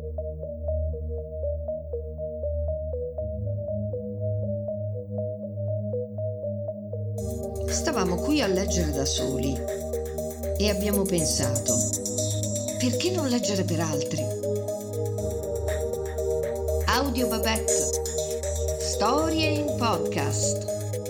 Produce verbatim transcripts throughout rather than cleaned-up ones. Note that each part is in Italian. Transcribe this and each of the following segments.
Stavamo qui a leggere da soli e abbiamo pensato, perché non leggere per altri? Audio Babette, storie in podcast.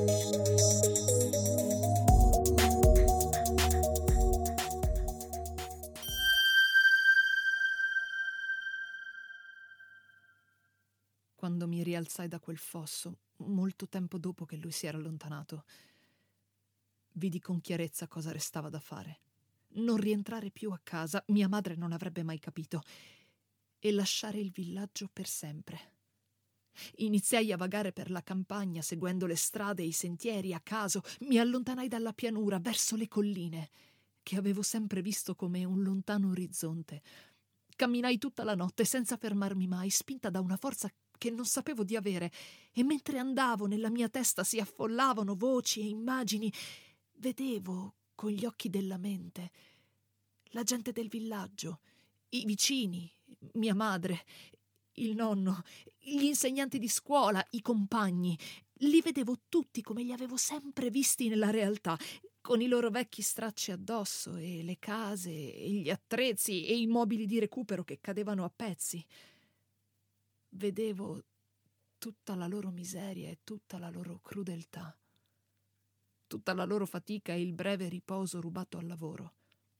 Quando mi rialzai da quel fosso, molto tempo dopo che lui si era allontanato, vidi con chiarezza cosa restava da fare. Non rientrare più a casa, mia madre non avrebbe mai capito, e lasciare il villaggio per sempre. Iniziai a vagare per la campagna, seguendo le strade e i sentieri a caso. Mi allontanai dalla pianura verso le colline, che avevo sempre visto come un lontano orizzonte. Camminai tutta la notte senza fermarmi mai, spinta da una forza che non sapevo di avere, e mentre andavo nella mia testa si affollavano voci e immagini. Vedevo con gli occhi della mente la gente del villaggio, i vicini, mia madre, il nonno, gli insegnanti di scuola, i compagni. Li vedevo tutti come li avevo sempre visti nella realtà, con i loro vecchi stracci addosso e le case e gli attrezzi e i mobili di recupero che cadevano a pezzi. Vedevo tutta la loro miseria e tutta la loro crudeltà, tutta la loro fatica e il breve riposo rubato al lavoro.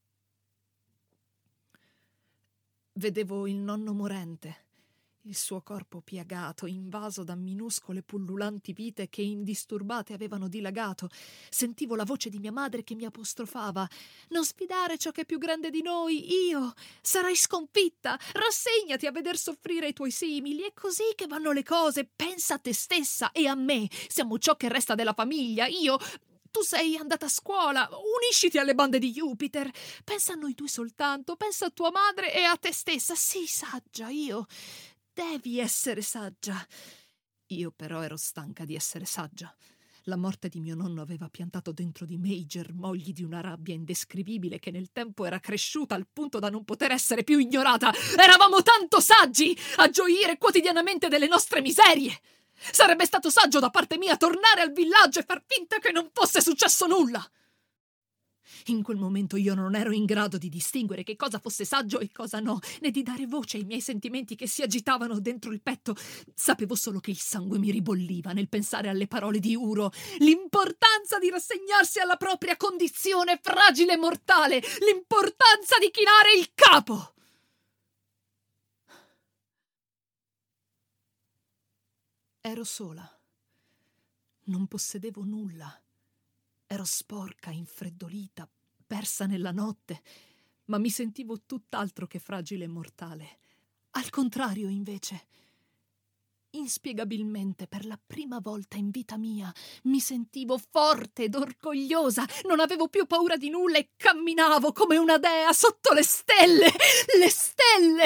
Vedevo il nonno morente, il suo corpo piagato, invaso da minuscole pullulanti vite che indisturbate avevano dilagato. Sentivo la voce di mia madre che mi apostrofava: «Non sfidare ciò che è più grande di noi, io! Sarai sconfitta! Rassegnati a veder soffrire i tuoi simili! È così che vanno le cose! Pensa a te stessa e a me! Siamo ciò che resta della famiglia, io... Tu sei andata a scuola, unisciti alle bande di Jupiter. Pensa a noi due soltanto, pensa a tua madre e a te stessa. Sii saggia, io. Devi essere saggia». Io però ero stanca di essere saggia. La morte di mio nonno aveva piantato dentro di me i germogli di una rabbia indescrivibile che nel tempo era cresciuta al punto da non poter essere più ignorata. Eravamo tanto saggi a gioire quotidianamente delle nostre miserie. Sarebbe stato saggio da parte mia tornare al villaggio e far finta che non fosse successo nulla. In quel momento io non ero in grado di distinguere che cosa fosse saggio e cosa no, né di dare voce ai miei sentimenti che si agitavano dentro il petto. Sapevo solo che il sangue mi ribolliva nel pensare alle parole di Uro, l'importanza di rassegnarsi alla propria condizione fragile e mortale, l'importanza di chinare il capo. Ero sola. Non possedevo nulla. Ero sporca, infreddolita, persa nella notte, ma mi sentivo tutt'altro che fragile e mortale. Al contrario, invece, inspiegabilmente, per la prima volta in vita mia, mi sentivo forte ed orgogliosa. Non avevo più paura di nulla e camminavo come una dea sotto le stelle. Le stelle!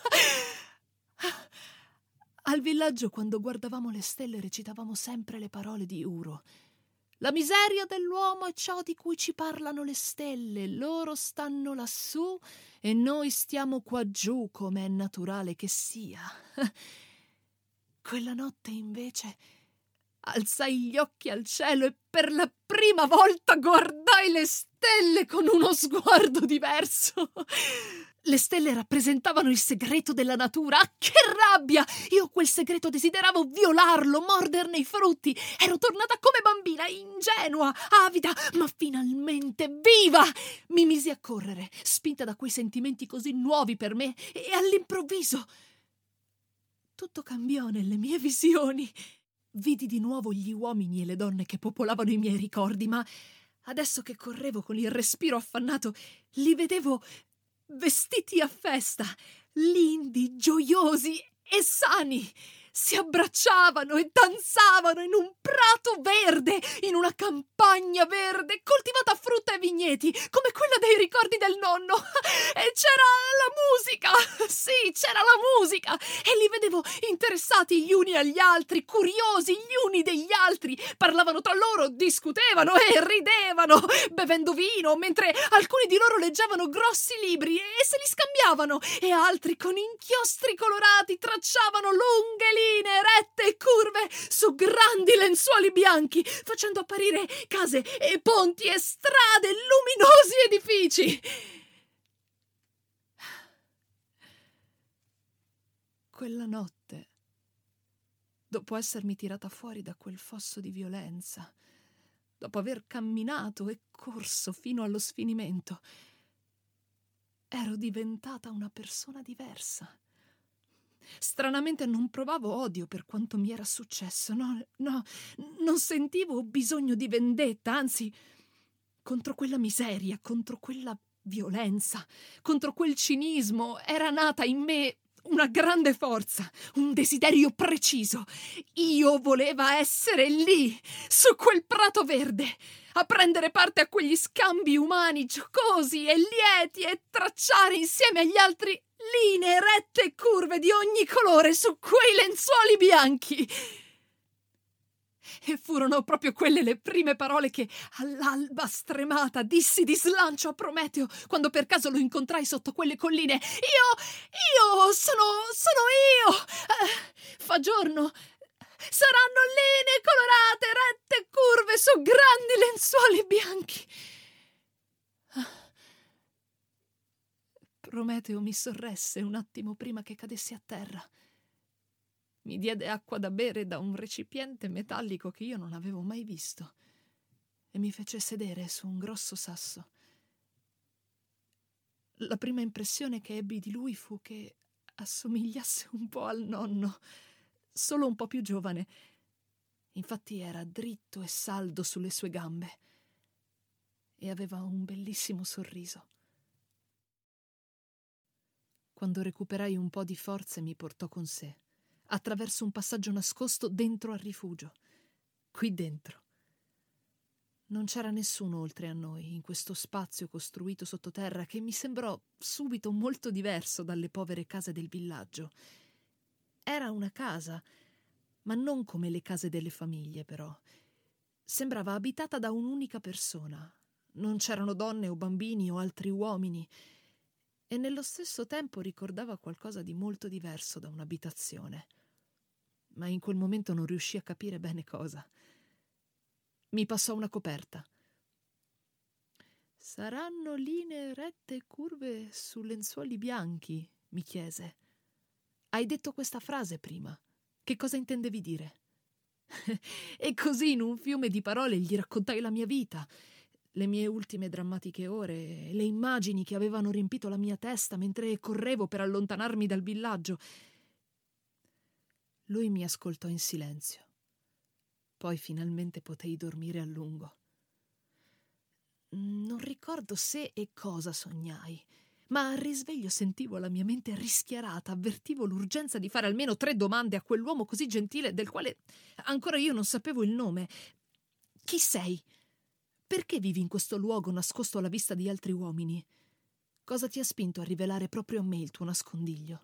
Al villaggio, quando guardavamo le stelle, recitavamo sempre le parole di Uro. La miseria dell'uomo è ciò di cui ci parlano le stelle. Loro stanno lassù e noi stiamo qua giù, come è naturale che sia. Quella notte, invece, alzai gli occhi al cielo e per la prima volta guardai le stelle con uno sguardo diverso. Le stelle rappresentavano il segreto della natura. Ah, che rabbia! Io quel segreto desideravo violarlo, morderne i frutti. Ero tornata come bambina, ingenua, avida, ma finalmente viva! Mi misi a correre, spinta da quei sentimenti così nuovi per me, e all'improvviso tutto cambiò nelle mie visioni. Vidi di nuovo gli uomini e le donne che popolavano i miei ricordi, ma adesso che correvo con il respiro affannato, li vedevo vestiti a festa, lindi, gioiosi e sani. Si abbracciavano e danzavano in un prato verde, in una campagna verde, coltivata a frutta e vigneti, come quella dei ricordi del nonno. E c'era la musica, Sì, c'era la musica e li vedevo interessati gli uni agli altri, curiosi gli uni degli altri. Parlavano tra loro, discutevano e ridevano, bevendo vino, mentre alcuni di loro leggevano grossi libri e se li scambiavano, e altri con inchiostri colorati tracciavano lunghe linee rette e curve su grandi lenzuoli bianchi, facendo apparire case e ponti e strade, luminosi edifici. Quella notte, dopo essermi tirata fuori da quel fosso di violenza, dopo aver camminato e corso fino allo sfinimento, ero diventata una persona diversa. Stranamente non provavo odio per quanto mi era successo, no, no, non sentivo bisogno di vendetta, anzi, contro quella miseria, contro quella violenza, contro quel cinismo, era nata in me una grande forza, un desiderio preciso. Io voleva essere lì, su quel prato verde, a prendere parte a quegli scambi umani giocosi e lieti e tracciare insieme agli altri linee rette e curve di ogni colore su quei lenzuoli bianchi. E furono proprio quelle le prime parole che, all'alba stremata, dissi di slancio a Prometeo quando per caso lo incontrai sotto quelle colline. Io, io, sono, sono io! Eh, fa giorno. Saranno linee colorate, rette e curve su grandi lenzuoli bianchi. Prometeo mi sorresse un attimo prima che cadessi a terra. Mi diede acqua da bere da un recipiente metallico che io non avevo mai visto e mi fece sedere su un grosso sasso. La prima impressione che ebbi di lui fu che assomigliasse un po' al nonno, solo un po' più giovane. Infatti era dritto e saldo sulle sue gambe e aveva un bellissimo sorriso. Quando recuperai un po' di forze mi portò con sé, attraverso un passaggio nascosto dentro al rifugio. Qui dentro. Non c'era nessuno oltre a noi, in questo spazio costruito sottoterra che mi sembrò subito molto diverso dalle povere case del villaggio. Era una casa, ma non come le case delle famiglie, però. Sembrava abitata da un'unica persona. Non c'erano donne o bambini o altri uomini, e nello stesso tempo ricordava qualcosa di molto diverso da un'abitazione. Ma in quel momento non riuscii a capire bene cosa. Mi passò una coperta. «Saranno linee rette e curve su lenzuoli bianchi?» mi chiese. «Hai detto questa frase prima. Che cosa intendevi dire?» E così in un fiume di parole gli raccontai la mia vita, le mie ultime drammatiche ore, le immagini che avevano riempito la mia testa mentre correvo per allontanarmi dal villaggio. Lui mi ascoltò in silenzio. Poi finalmente potei dormire a lungo. Non ricordo se e cosa sognai, ma al risveglio sentivo la mia mente rischiarata, avvertivo l'urgenza di fare almeno tre domande a quell'uomo così gentile del quale ancora io non sapevo il nome. «Chi sei? Perché vivi in questo luogo nascosto alla vista di altri uomini? Cosa ti ha spinto a rivelare proprio a me il tuo nascondiglio?»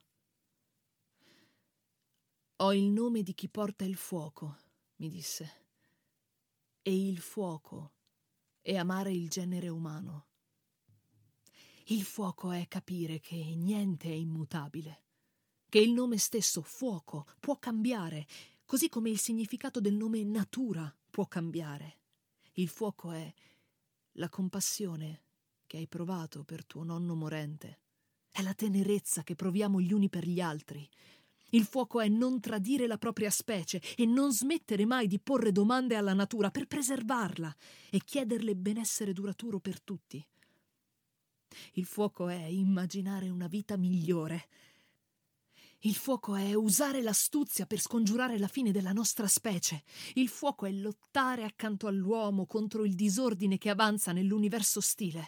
«Ho il nome di chi porta il fuoco», mi disse. «E il fuoco è amare il genere umano. Il fuoco è capire che niente è immutabile, che il nome stesso, fuoco, può cambiare, così come il significato del nome natura può cambiare. Il fuoco è la compassione che hai provato per tuo nonno morente, è la tenerezza che proviamo gli uni per gli altri. Il fuoco è non tradire la propria specie e non smettere mai di porre domande alla natura per preservarla e chiederle benessere duraturo per tutti. Il fuoco è immaginare una vita migliore. Il fuoco è usare l'astuzia per scongiurare la fine della nostra specie. Il fuoco è lottare accanto all'uomo contro il disordine che avanza nell'universo ostile.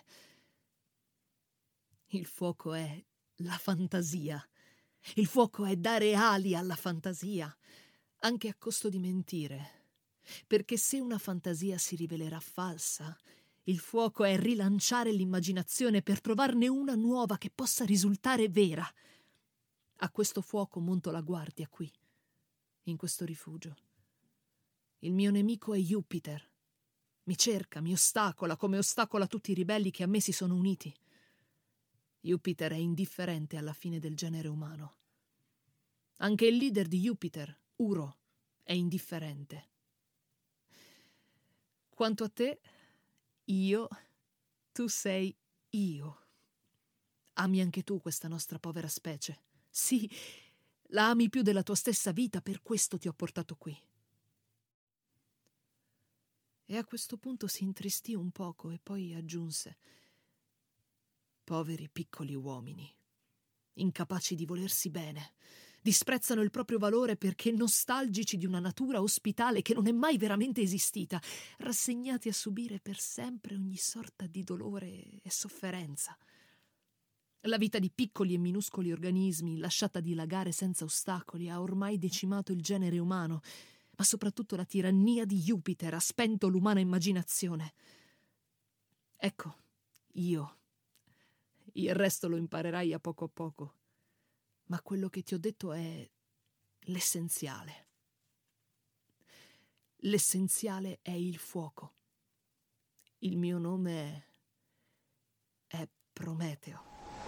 Il fuoco è la fantasia. Il fuoco è dare ali alla fantasia, anche a costo di mentire. Perché se una fantasia si rivelerà falsa, il fuoco è rilanciare l'immaginazione per trovarne una nuova che possa risultare vera. A questo fuoco monto la guardia qui, in questo rifugio. Il mio nemico è Jupiter. Mi cerca, mi ostacola, come ostacola tutti i ribelli che a me si sono uniti. Jupiter è indifferente alla fine del genere umano. Anche il leader di Jupiter, Uro, è indifferente. Quanto a te, io, tu sei io. Ami anche tu questa nostra povera specie. Sì, la ami più della tua stessa vita, per questo ti ho portato qui. E a questo punto si intristì un poco e poi aggiunse: poveri piccoli uomini, incapaci di volersi bene, disprezzano il proprio valore perché nostalgici di una natura ospitale che non è mai veramente esistita, rassegnati a subire per sempre ogni sorta di dolore e sofferenza. La vita di piccoli e minuscoli organismi, lasciata dilagare senza ostacoli, ha ormai decimato il genere umano, ma soprattutto la tirannia di Jupiter ha spento l'umana immaginazione. Ecco, io. Il resto lo imparerai a poco a poco. Ma quello che ti ho detto è l'essenziale. L'essenziale è il fuoco. Il mio nome è Prometeo.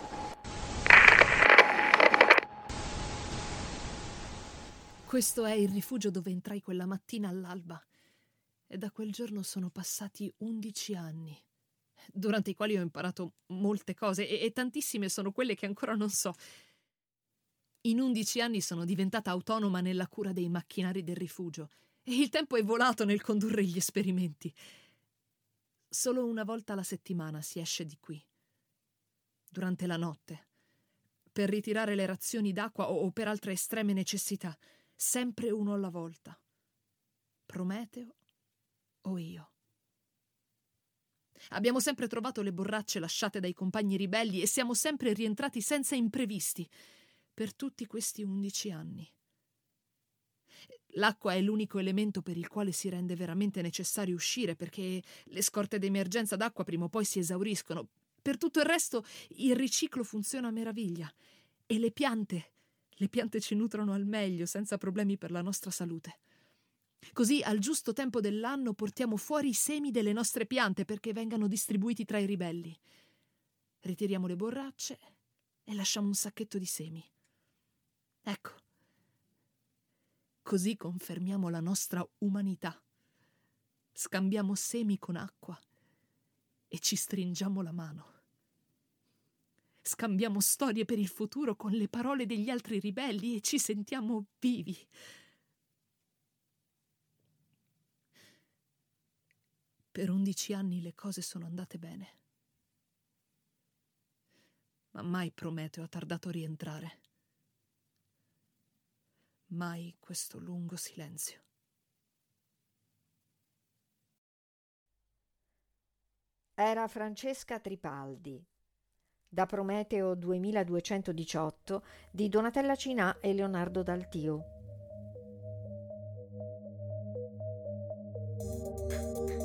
Questo è il rifugio dove entrai quella mattina all'alba. E da quel giorno sono passati undici anni, durante i quali ho imparato molte cose e, e tantissime sono quelle che ancora non so. In undici anni sono diventata autonoma nella cura dei macchinari del rifugio e il tempo è volato nel condurre gli esperimenti. Solo una volta alla settimana si esce di qui, durante la notte, per ritirare le razioni d'acqua o, o per altre estreme necessità, sempre uno alla volta. Prometeo o io. Abbiamo sempre trovato le borracce lasciate dai compagni ribelli e siamo sempre rientrati senza imprevisti per tutti questi undici anni. L'acqua è l'unico elemento per il quale si rende veramente necessario uscire, perché le scorte d'emergenza d'acqua prima o poi si esauriscono. Per tutto il resto il riciclo funziona a meraviglia e le piante, le piante ci nutrono al meglio senza problemi per la nostra salute. Così al giusto tempo dell'anno portiamo fuori i semi delle nostre piante perché vengano distribuiti tra i ribelli. Ritiriamo le borracce e lasciamo un sacchetto di semi. Ecco, così confermiamo la nostra umanità. Scambiamo semi con acqua e ci stringiamo la mano. Scambiamo storie per il futuro con le parole degli altri ribelli e ci sentiamo vivi. Per undici anni le cose sono andate bene. Ma mai Prometeo ha tardato a rientrare. Mai questo lungo silenzio. Era Francesca Tripaldi. Da Prometeo duemiladuecentodiciotto di Donatella Cinà e Leonardo Daltio.